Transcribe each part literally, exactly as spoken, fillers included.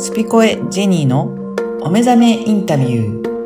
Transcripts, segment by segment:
スピコエジェニーのお目覚めインタビュー。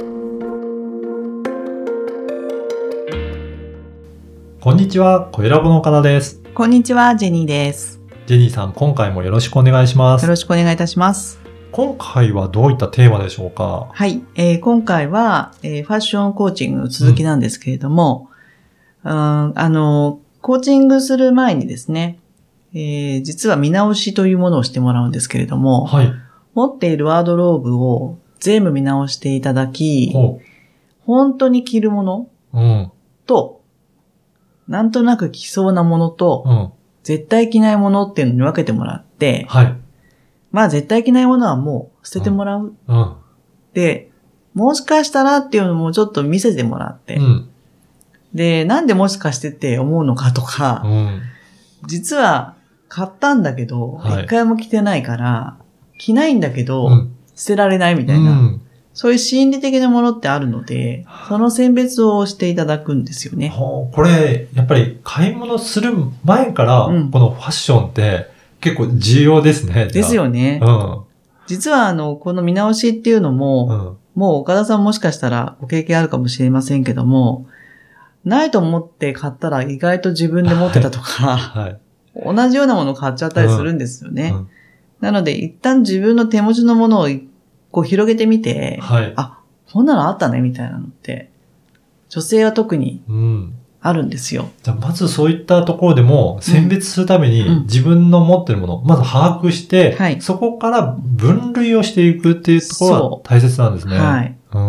こんにちは、小ラボの岡田です。 こんにちは、ジェニーです。 ジェニーさん、今回もよろしくお願いします。 よろしくお願いいたします。 今回はどういったテーマでしょうか？ はい、えー、今回は、えー、ファッションコーチングの続きなんですけれども、うん、ああの、コーチングする前にですね、えー、実は見直しというものをしてもらうんですけれども、 はい、 持っているワードローブを全部見直していただき、 ほう本当に着るものと、うん、なんとなく着そうなものと、うん、絶対着ないものっていうのに分けてもらって、はい、まあ絶対着ないものはもう捨ててもらう。うんうん、で、もしかしたらっていうのもちょっと見せてもらって、うん、で、なんでもしかしてって思うのかとか、うん、実は買ったんだけど、一、はい、回も着てないから、着ないんだけど、うん、捨てられないみたいな、うん、そういう心理的なものってあるので、その選別をしていただくんですよね。 これ、やっぱり買い物する前から、うん、このファッションって結構重要ですね。 ですよね。うん、実は、あの、この見直しっていうのも、うん、もう岡田さんもしかしたらご経験あるかもしれませんけども、ないと思って買ったら意外と自分で持ってたとか、はいはい、同じようなものを買っちゃったりするんですよね。うんうん、なので、一旦自分の手持ちのものをこう広げてみて、はい、あ、こんなのあったねみたいなのって、女性は特にあるんですよ。うん、 じゃあまずそういったところでも選別するために自分の持ってるものをまず把握して、はい、そこから分類をしていくっていうところが大切なんですね。はい。うん、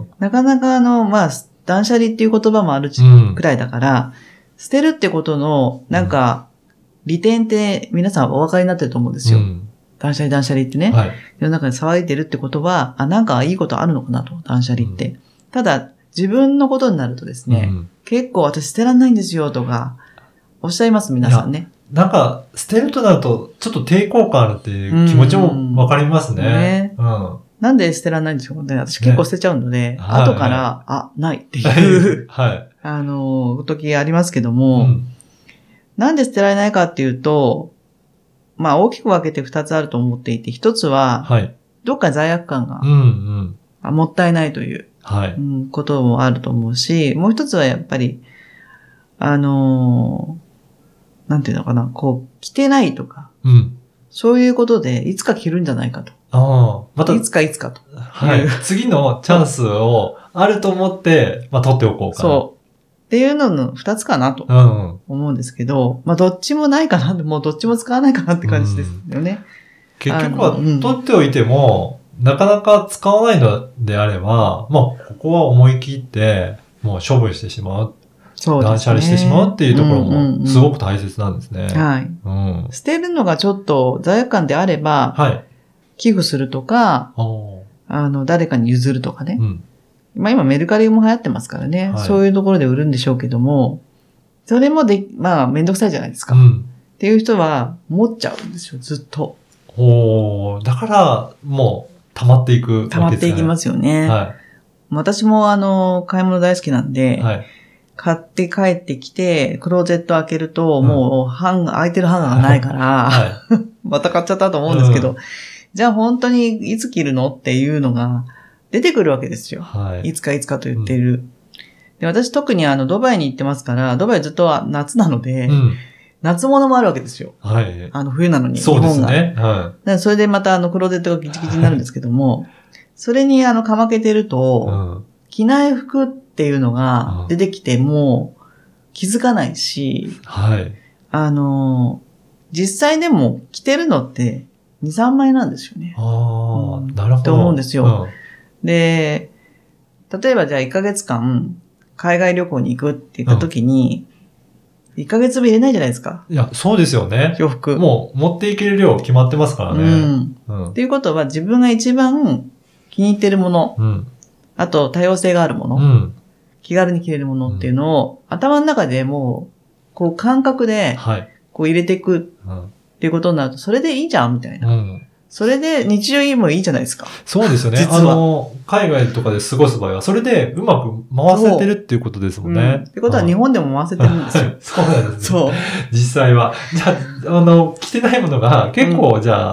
なかなかあの、まあ、断捨離っていう言葉もあるくらいだから、うん、捨てるってことの、なんか、利点って皆さんお分かりになってると思うんですよ。うん、断捨離断捨離ってね。はい、世の中に騒いでるってことは、あ、なんかいいことあるのかなと、断捨離って。うん、ただ、自分のことになるとですね、うん、結構私捨てらんないんですよとか、おっしゃいます、皆さんね。 なんか、捨てるとなると、ちょっと抵抗感あるっていう気持ちもわかりますね。ね、うん。 なんで捨てらんないんでしょうね。私結構捨てちゃうので、ね、後から、はい、あ、ないっていう、はい、あの、時ありますけども、うん、なんで捨てられないかっていうと、まあ大きく分けて二つあると思っていて、一つは、はい、どっか罪悪感が、うんうん、もったいないという、はいうん、こともあると思うし、もう一つはやっぱり、あのー、なんていうのかな、こう、着てないとか、うん、そういうことで、いつか着るんじゃないかと。ああ、また、いつかいつかと。 はい。次のチャンスをあると思って、まあ取っておこうかな。 そう。っていうのの二つかなと思うんですけど、うん、まあどっちもないかな、もうどっちも使わないかなって感じですよね。 うん、結局は取っておいても、うん、なかなか使わないのであれば、まあここは思い切ってもう処分してしまう。そうですね。断捨離してしまうっていうところもすごく大切なんですね。うんうんうん、はい、うん。 捨てるのがちょっと罪悪感であれば、はい、寄付するとか、あの誰かに譲るとかね。うんまあ今メルカリも流行ってますからね、はい。そういうところで売るんでしょうけども、それもで、まあめんどくさいじゃないですか。うん、っていう人は持っちゃうんですよ、ずっと。 おー、だからもう溜まっていくわけですね。 溜まっていきますよね。はい、私もあの、買い物大好きなんで、はい、買って帰ってきて、クローゼット開けると、もうハンガー、開いてるハンガーがないから、はい、また買っちゃったと思うんですけど、うん、じゃあ本当にいつ着るのっていうのが、出てくるわけですよ。はい。いつかいつかと言っている。うん、で私特にあのドバイに行ってますから、ドバイずっと夏なので、うん、夏物もあるわけですよ。はい。あの冬なのに。 そうですね。日本がはい。 だからそれでまたあのクローゼットがギチギチになるんですけども、はい、それにあのかまけてると、うん、着ない服っていうのが出てきても気づかないし、はい。あの、実際でも着てるのってに、さんまいなんですよね。 ああ、うん、なるほど。 って思うんですよ。うんで、例えばじゃあいっかげつかん海外旅行に行くって言った時に、うん、いっかげつぶ入れないじゃないですか。 いや、そうですよね。 洋服。 もう持っていける量決まってますからね。うんうん、っていうことは自分が一番気に入ってるもの、うん、あと多様性があるもの、うん、気軽に着れるものっていうのを、うん、頭の中でもう、こう感覚で、こう入れていくっていうことになると、それでいいじゃんみたいな。うんそれで日常もいいじゃないですか。 そうですよね。あの、海外とかで過ごす場合は、それでうまく回せてるっていうことですもんね。うん、 ってことは日本でも回せてるんですよ。 そうなんですね。そう。実際は。じゃあ、あの、着てないものが結構、うん、じゃあ、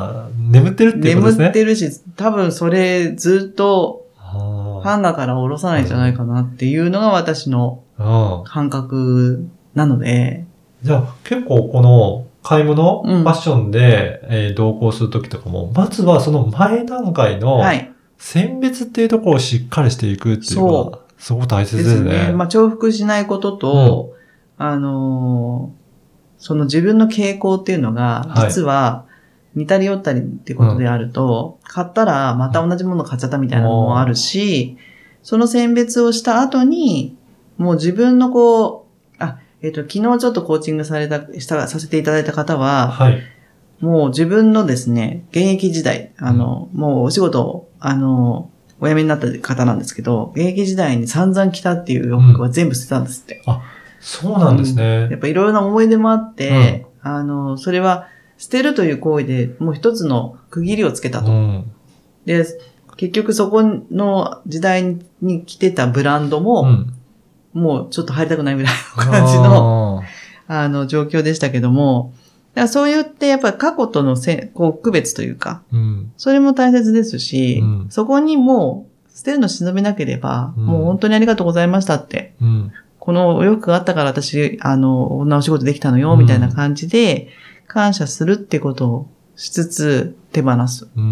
眠ってるっていうことですね。 眠ってるし、多分それずっとハンガーから下ろさないんじゃないかなっていうのが私の感覚なので。 じゃあ結構この買い物、うん、ファッションで、えー、同行するときとかも、まずはその前段階の選別っていうところをしっかりしていくっていうのがすごく大切ですね。ですね。 まあ重複しないことと、うん、あのー、その自分の傾向っていうのが、実は似たり寄ったりってことであると、うん、買ったらまた同じもの買っちゃったみたいなのもあるし、その選別をした後に、もう自分のこう、あ、えっと、昨日ちょっとコーチングされた、した、させていただいた方は、はい、もう自分のですね、現役時代、あの、うん、もうお仕事を、あの、お辞めになった方なんですけど、現役時代に散々着たっていう洋服は全部捨てたんですって。 うん、あ、そうなんですね。 うん、やっぱいろいろな思い出もあって、うん、あの、それは捨てるという行為でもう一つの区切りをつけたと。うん、で、結局そこの時代に着てたブランドも、うんもうちょっと入りたくないぐらいの感じの、あ, あの、状況でしたけども、だからそう言ってやっぱり過去とのせこう区別というか、うん、それも大切ですし、うん、そこにもう捨てるの忍びなければ、うん、もう本当にありがとうございましたって、うん、このお洋服があったから私、あの、こんなお仕事できたのよ、みたいな感じで、感謝するってことをしつつ手放す。うん、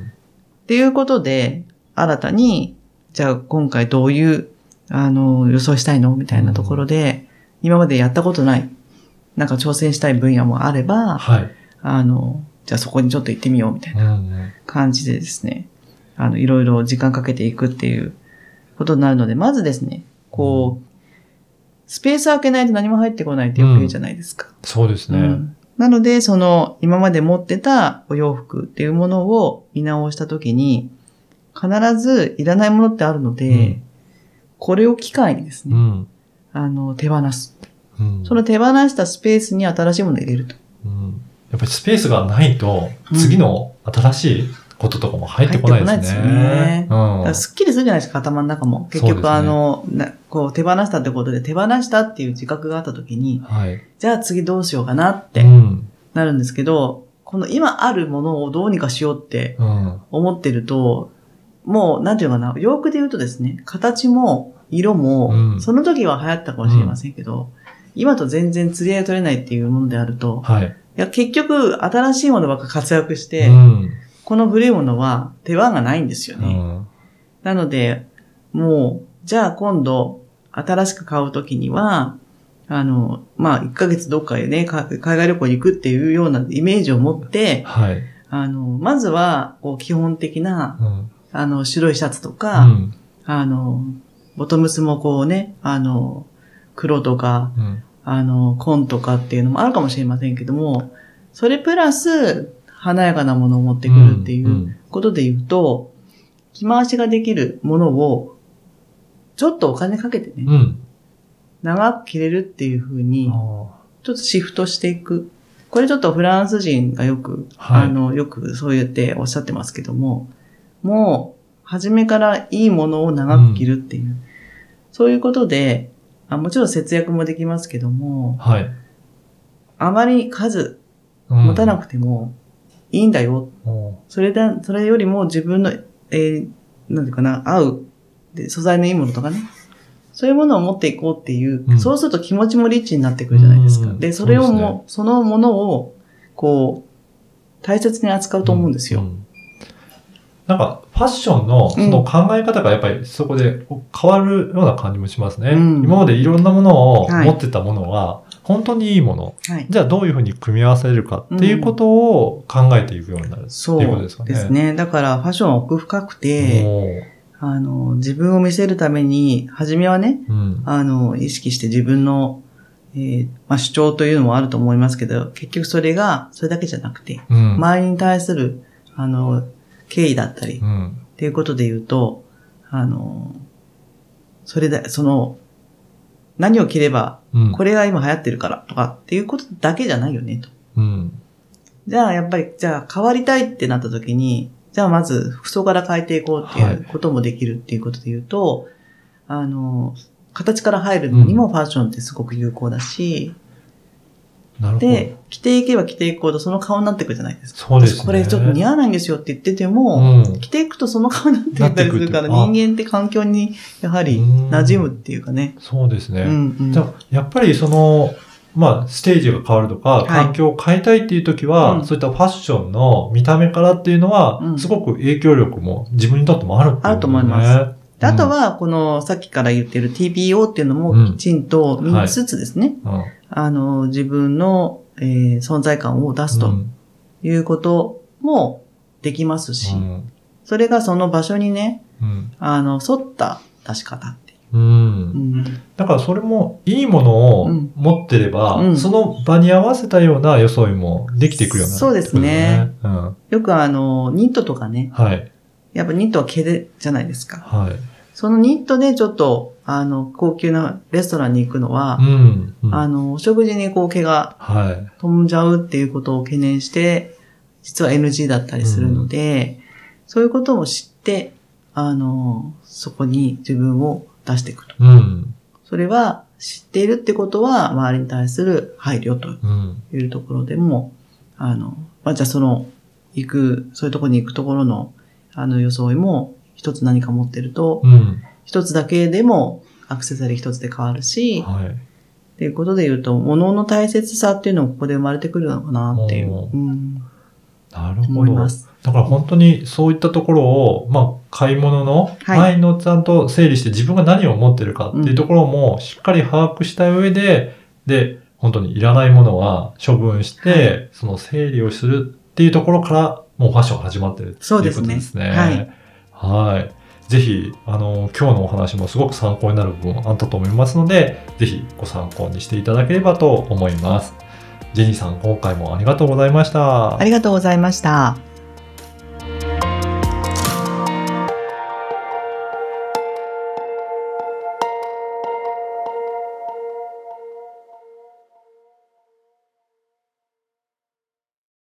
っていうことで、新たに、じゃあ今回どういうあの、予想したいのみたいなところで、うん、今までやったことない、なんか挑戦したい分野もあれば、はい、あの、じゃあそこにちょっと行ってみようみたいな感じでですね、あの、いろいろ時間かけていくっていうことになるので、まずですね、こう、スペース開けないと何も入ってこないってよく言うじゃないですか。 うん、そうですね、うん。 なので、その、今まで持ってたお洋服っていうものを見直したときに、必ずいらないものってあるので、うんこれを機会にですね、うん、あの、手放す、うん。その手放したスペースに新しいものを入れると。 うん、やっぱりスペースがないと、次の新しいこととかも入ってこないですね。入ってこないですよね。うん、だからすっきりするじゃないですか、頭の中も。結局、ね、あのな、こう手放したってことで、手放したっていう自覚があったときに、はい、じゃあ次どうしようかなってなるんですけど、うん、この今あるものをどうにかしようって思ってると、うん、もう、なんていうのかな、洋服で言うとですね、形も、色も、うん、その時は流行ったかもしれませんけど、うん、今と全然釣り合い取れないっていうものであると、はい、いや結局新しいものばっか活躍して、うん、この古いものは手番がないんですよね。うん、なので、もう、じゃあ今度新しく買う時には、あの、まあ、いっかげつどっかへね、海外旅行に行くっていうようなイメージを持って、はい、あの、まずは、こう基本的な、うん、あの、白いシャツとか、うん、あの、ボトムスもこうね、あの、黒とか、うん、あの、紺とかっていうのもあるかもしれませんけども、それプラス、華やかなものを持ってくるっていうことで言うと、うんうん、着回しができるものを、ちょっとお金かけてね、うん、長く着れるっていう風に、ちょっとシフトしていく。これちょっとフランス人がよく、はい、あの、よくそう言っておっしゃってますけども、もう、初めからいいものを長く着るっていう。うん、そういうことであ、もちろん節約もできますけども、はい、あまり数持たなくてもいいんだよ。うん、それだ、それよりも自分の、えー、なんていうかな、合うで、素材のいいものとかね。そういうものを持っていこうっていう、うん、そうすると気持ちもリッチになってくるじゃないですか。うん、で、それをも、う、ね、そのものを、こう、大切に扱うと思うんですよ。うんうん、なんか、ファッションのその考え方がやっぱりそこで変わるような感じもしますね。うん、今までいろんなものを持ってたものは、本当にいいもの、はい。じゃあどういうふうに組み合わせれるかっていうことを考えていくようになる、うん、っていうことですかね。 そうですね。だからファッションは奥深くて、あの、自分を見せるために、初めはね、うん、あの、意識して自分の、えーまあ、主張というのもあると思いますけど、結局それが、それだけじゃなくて、うん、周りに対する、あの、敬意だったり、うん、っていうことで言うと、あの、それだ、その、何を着れば、うん、これが今流行ってるからとかっていうことだけじゃないよね、と。うん、じゃあ、やっぱり、じゃあ変わりたいってなった時に、じゃあまず服装から変えていこうっていうこともできるっていうことで言うと、はい、あの、形から入るのにもファッションってすごく有効だし、 なるほど。 で、着ていけば着ていくほどその顔になっていくじゃないですか。 そうですね。 これちょっと似合わないんですよって言ってても、うん、着ていくとその顔になっていったりするから、人間って環境にやはり馴染むっていうかね。 うそうですね。うんうん、じゃやっぱりその、まあ、ステージが変わるとか、環境を変えたいっていう時は、はい、そういったファッションの見た目からっていうのは、うん、すごく影響力も自分にとってもあるっていう、ね、 あると思います。であとは、この、さっきから言ってる ティーピーオー っていうのもきちんとみっつずつですね。うんはい、あの、自分の、えー、存在感を出すということもできますし、うん、それがその場所にね、うん、あの、沿った出し方っていう。うんうん、だからそれもいいものを持ってれば、うん、その場に合わせたような装いもできていくような、ね。 そうですね。うん、よくあの、ニットとかね。はい。やっぱニットは毛でじゃないですか。はい。そのニットでちょっと、あの、高級なレストランに行くのは、うんうん、あの、お食事にこう毛が飛んじゃうっていうことを懸念して、実は エヌジー だったりするので、うん、そういうことも知って、あの、そこに自分を出していくと。うん、それは知っているってことは、周りに対する配慮というところでも、うん、あの、まあ、じゃあその、行く、そういうところに行くところの、あの、装いも、一つ何か持ってると、うん、一つだけでもアクセサリー一つで変わるし、はい。っていうことで言うと、物の大切さっていうのもここで生まれてくるのかなっていう、うん、 なるほど。思います。だから本当にそういったところを、まあ、買い物の前のちゃんと整理して自分が何を持ってるかっていうところもしっかり把握した上で、うん、で、本当にいらないものは処分して、はい、その整理をするっていうところからもうファッションが始まってるっていうことですね。そうですね。はい。はい。ぜひ、あの、今日のお話もすごく参考になる部分あったと思いますので、ぜひご参考にしていただければと思います。ジェニーさん、今回もありがとうございました。 ありがとうございました。